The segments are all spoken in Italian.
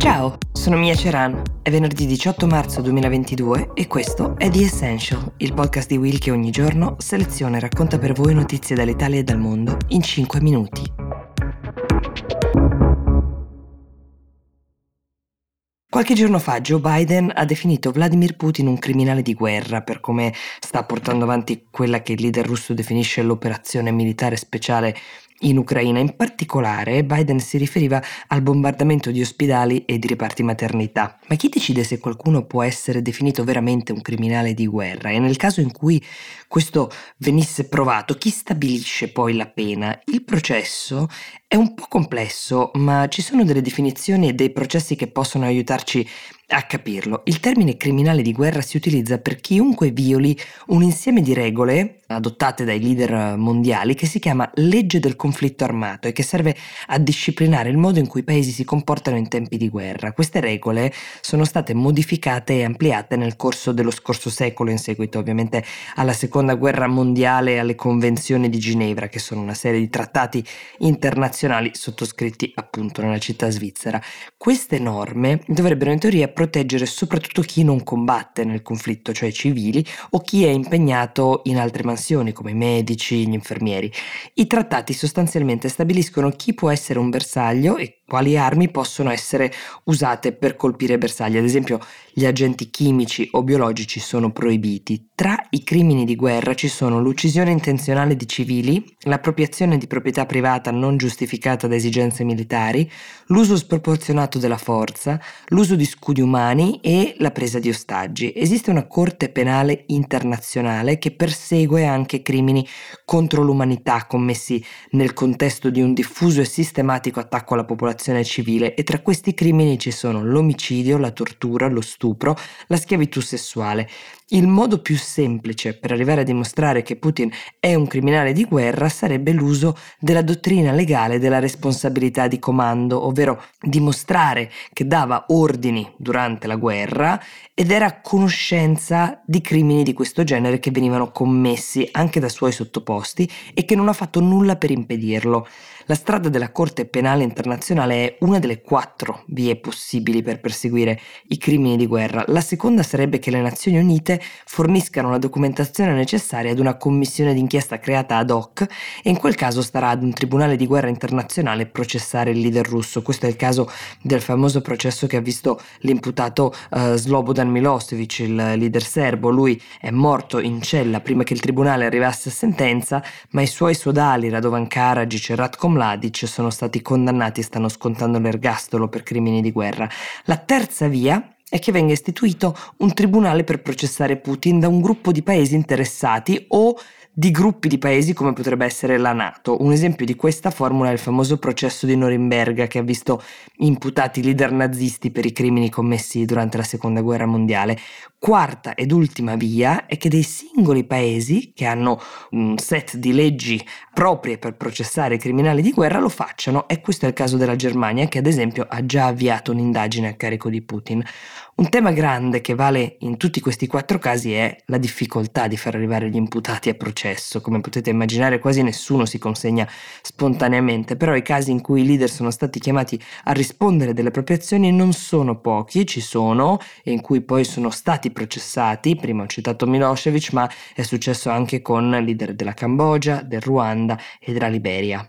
Ciao, sono Mia Ceran, è venerdì 18 marzo 2022 e questo è The Essential, il podcast di Will che ogni giorno seleziona e racconta per voi notizie dall'Italia e dal mondo in 5 minuti. Qualche giorno fa Joe Biden ha definito Vladimir Putin un criminale di guerra per come sta portando avanti quella che il leader russo definisce l'operazione militare speciale in Ucraina. In particolare, Biden si riferiva al bombardamento di ospedali e di reparti maternità. Ma chi decide se qualcuno può essere definito veramente un criminale di guerra? E nel caso in cui questo venisse provato, chi stabilisce poi la pena? Il processo è un po' complesso, ma ci sono delle definizioni e dei processi che possono aiutarci a capirlo. Il termine criminale di guerra si utilizza per chiunque violi un insieme di regole adottate dai leader mondiali che si chiama legge del conflitto armato e che serve a disciplinare il modo in cui i paesi si comportano in tempi di guerra. Queste regole sono state modificate e ampliate nel corso dello scorso secolo, in seguito ovviamente alla seconda guerra mondiale e alle convenzioni di Ginevra, che sono una serie di trattati internazionali sottoscritti appunto nella città svizzera. Queste norme dovrebbero in teoria proteggere soprattutto chi non combatte nel conflitto, cioè i civili, o chi è impegnato in altre mansioni come i medici, gli infermieri. I trattati sostanzialmente stabiliscono chi può essere un bersaglio e quali armi possono essere usate per colpire bersagli. Ad esempio, gli agenti chimici o biologici sono proibiti. Tra i crimini di guerra ci sono l'uccisione intenzionale di civili, l'appropriazione di proprietà privata non giustificata da esigenze militari, l'uso sproporzionato della forza, l'uso di scudi umani e la presa di ostaggi. Esiste una corte penale internazionale che persegue anche crimini contro l'umanità commessi nel contesto di un diffuso e sistematico attacco alla popolazione civile, e tra questi crimini ci sono l'omicidio, la tortura, lo stupro, la schiavitù sessuale. Il modo più semplice per arrivare a dimostrare che Putin è un criminale di guerra sarebbe l'uso della dottrina legale della responsabilità di comando, ovvero dimostrare che dava ordini durante la guerra ed era a conoscenza di crimini di questo genere che venivano commessi anche da suoi sottoposti e che non ha fatto nulla per impedirlo. La strada della Corte Penale Internazionale è una delle 4 vie possibili per perseguire i crimini di guerra. La seconda sarebbe che le Nazioni Unite forniscano la documentazione necessaria ad una commissione d'inchiesta creata ad hoc e in quel caso starà ad un tribunale di guerra internazionale processare il leader russo. Questo è il caso del famoso processo che ha visto l'imputato Slobodan Milosevic, il leader serbo. Lui è morto in cella prima che il tribunale arrivasse a sentenza, ma i suoi sodali Radovan Karadzic e Ratko Mladic sono stati condannati e stanno scontando l'ergastolo per crimini di guerra. La terza via è che venga istituito un tribunale per processare Putin da un gruppo di paesi interessati o di gruppi di paesi come potrebbe essere la NATO. Un esempio di questa formula è il famoso processo di Norimberga, che ha visto imputati leader nazisti per i crimini commessi durante la seconda guerra mondiale. Quarta ed ultima via è che dei singoli paesi che hanno un set di leggi proprie per processare i criminali di guerra lo facciano, e questo è il caso della Germania, che ad esempio ha già avviato un'indagine a carico di Putin. Un tema grande che vale in tutti questi 4 casi è la difficoltà di far arrivare gli imputati a processo. Come potete immaginare, quasi nessuno si consegna spontaneamente, però i casi in cui i leader sono stati chiamati a rispondere delle proprie azioni non sono pochi, ci sono, e in cui poi sono stati processati. Prima ho citato Milosevic, ma è successo anche con leader della Cambogia, del Ruanda e della Liberia.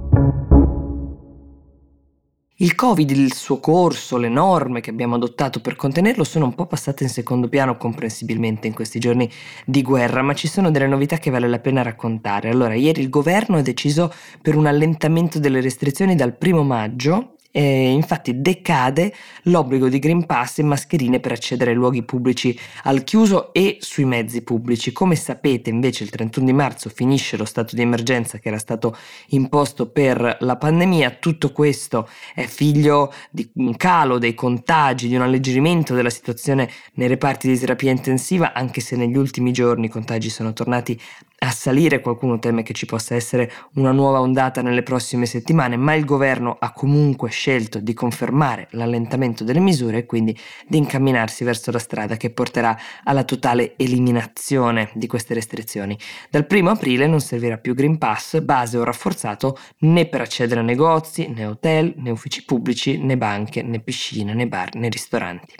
Il Covid, il suo corso, le norme che abbiamo adottato per contenerlo sono un po' passate in secondo piano comprensibilmente in questi giorni di guerra, ma ci sono delle novità che vale la pena raccontare. Allora, ieri il governo ha deciso per un allentamento delle restrizioni dal 1 maggio. E infatti decade l'obbligo di Green Pass e mascherine per accedere ai luoghi pubblici al chiuso e sui mezzi pubblici. Come sapete, invece, il 31 di marzo finisce lo stato di emergenza che era stato imposto per la pandemia. Tutto questo è figlio di un calo dei contagi, di un alleggerimento della situazione nei reparti di terapia intensiva, anche se negli ultimi giorni i contagi sono tornati a salire, qualcuno teme che ci possa essere una nuova ondata nelle prossime settimane, ma il governo ha comunque scelto di confermare l'allentamento delle misure e quindi di incamminarsi verso la strada che porterà alla totale eliminazione di queste restrizioni. Dal 1° aprile non servirà più Green Pass, base o rafforzato, né per accedere a negozi, né hotel, né uffici pubblici, né banche, né piscine, né bar, né ristoranti.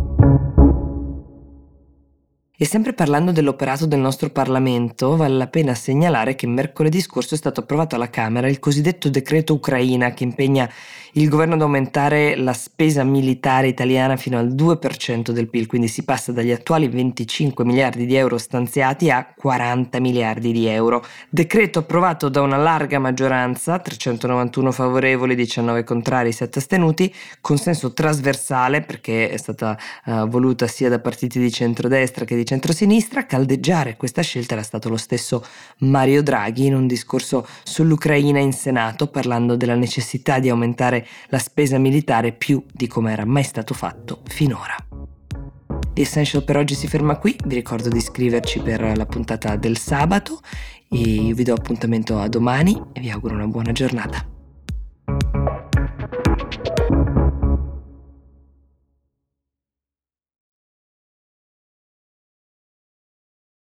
E sempre parlando dell'operato del nostro Parlamento, vale la pena segnalare che mercoledì scorso è stato approvato alla Camera il cosiddetto decreto Ucraina, che impegna il governo ad aumentare la spesa militare italiana fino al 2% del PIL, quindi si passa dagli attuali 25 miliardi di euro stanziati a 40 miliardi di euro. Decreto approvato da una larga maggioranza, 391 favorevoli, 19 contrari, 7 astenuti, consenso trasversale perché è stata voluta sia da partiti di centrodestra che di centrosinistra. A caldeggiare questa scelta era stato lo stesso Mario Draghi in un discorso sull'Ucraina in Senato, parlando della necessità di aumentare la spesa militare più di come era mai stato fatto finora. The Essential per oggi si ferma qui, vi ricordo di iscriverci per la puntata del sabato e io vi do appuntamento a domani e vi auguro una buona giornata.